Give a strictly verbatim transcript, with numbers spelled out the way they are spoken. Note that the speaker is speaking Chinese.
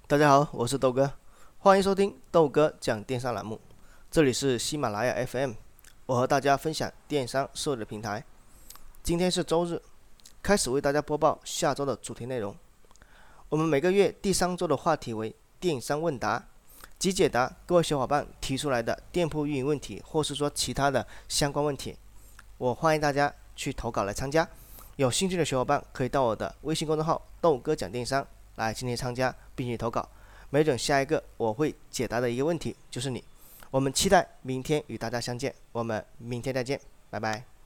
大家好，我是豆哥，欢迎收听豆哥讲电商栏目。这里是喜马拉雅 F M， 我和大家分享电商受理的平台。今天是周日，开始为大家播报下周的主题内容。我们每个月第三周的话题为电商问答，即解答各位小伙伴提出来的店铺运营问题，或是说其他的相关问题。我欢迎大家去投稿来参加，有兴趣的小伙伴可以到我的微信公众号豆哥讲电商来进行参加，并且投稿，没准下一个我会解答的一个问题就是你。我们期待明天与大家相见，我们明天再见，拜拜。